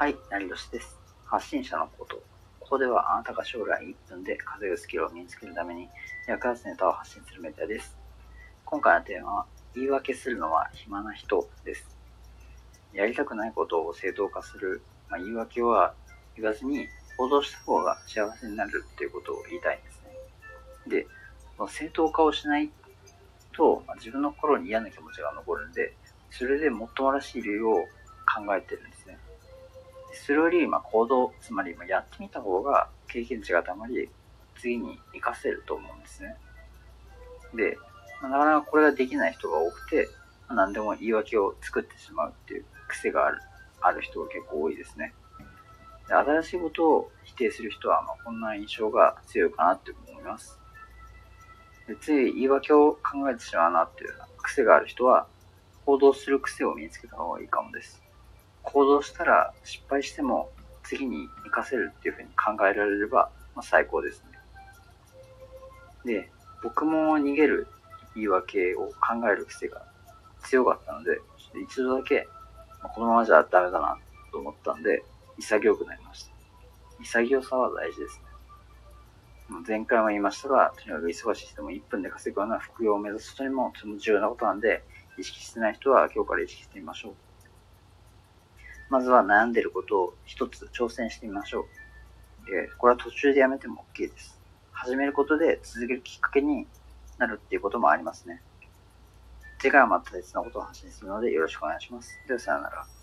はい、成吉です。発信者のこと。ここではあなたが将来1分で稼ぐスキルを身につけるために役立つネタを発信するメディアです。今回のテーマは、言い訳するのは暇な人です。やりたくないことを正当化する、言い訳は言わずに行動した方が幸せになるっていうことを言いたいんですね。で、正当化をしないと、自分の心に嫌な気持ちが残るんで、それでもっともらしい理由を考えてるんですね。それより行動、つまりやってみた方が経験値がたまり、次に活かせると思うんですね。で、なかなかこれができない人が多くて、何でも言い訳を作ってしまうっていう癖がある人が結構多いですね。で、新しいことを否定する人はこんな印象が強いかなって思います。で、つい言い訳を考えてしまうなっていうような癖がある人は、行動する癖を身につけた方がいいかもです。行動したら失敗しても次に活かせるっていうふうに考えられれば、最高ですね。で、僕も逃げる言い訳を考える癖が強かったので、一度だけ、このままじゃダメだなと思ったんで、潔くなりました。潔さは大事ですね。前回も言いましたが、とにかく忙しい人も1分で稼ぐような副業を目指す人にもとても重要なことなんで、意識してない人は今日から意識してみましょう。まずは悩んでいることを一つ挑戦してみましょう。で、これは途中でやめても OK です。始めることで続けるきっかけになるっていうこともありますね。次回はまた別のことを発信するのでよろしくお願いします。ではさようなら。